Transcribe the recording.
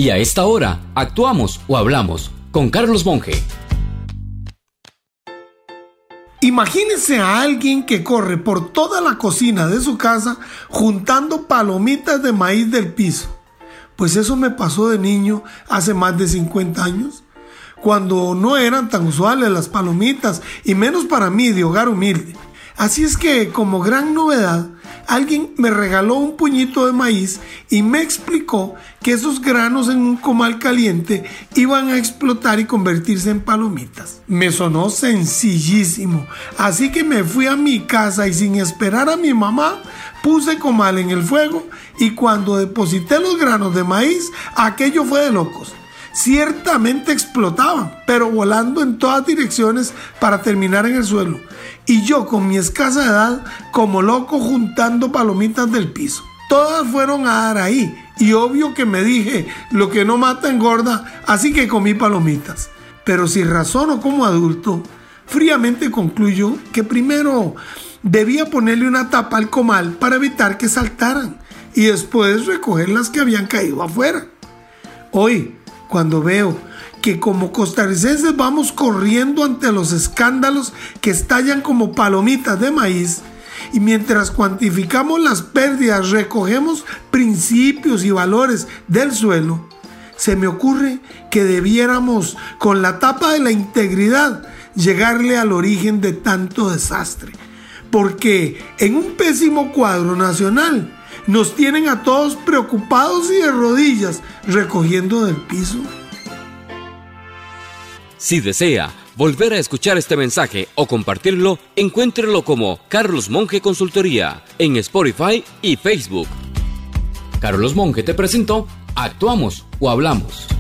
Y a esta hora, actuamos o hablamos con Carlos Monge. Imagínese a alguien que corre por toda la cocina de su casa juntando palomitas de maíz del piso. Pues eso me pasó de niño hace más de 50 años, cuando no eran tan usuales las palomitas, y menos para mí de hogar humilde. Así es que, como gran novedad, alguien me regaló un puñito de maíz y me explicó que esos granos en un comal caliente iban a explotar y convertirse en palomitas. Me sonó sencillísimo, así que me fui a mi casa y sin esperar a mi mamá, puse comal en el fuego y cuando deposité los granos de maíz, aquello fue de locos. Ciertamente explotaban, pero volando en todas direcciones para terminar en el suelo. Y yo con mi escasa edad, como loco juntando palomitas del piso. Todas fueron a dar ahí. Y obvio que me dije, lo que no mata engorda, así que comí palomitas. Pero si razono como adulto, fríamente concluyo que primero debía ponerle una tapa al comal para evitar que saltaran. Y después recoger las que habían caído afuera. Hoy, cuando veo que como costarricenses vamos corriendo ante los escándalos que estallan como palomitas de maíz y mientras cuantificamos las pérdidas recogemos principios y valores del suelo, se me ocurre que debiéramos con la tapa de la integridad llegarle al origen de tanto desastre, porque en un pésimo cuadro nacional nos tienen a todos preocupados y de rodillas recogiendo del piso. Si desea volver a escuchar este mensaje o compartirlo, encuéntrelo como Carlos Monge Consultoría en Spotify y Facebook. Carlos Monge te presentó Actuamos o Hablamos.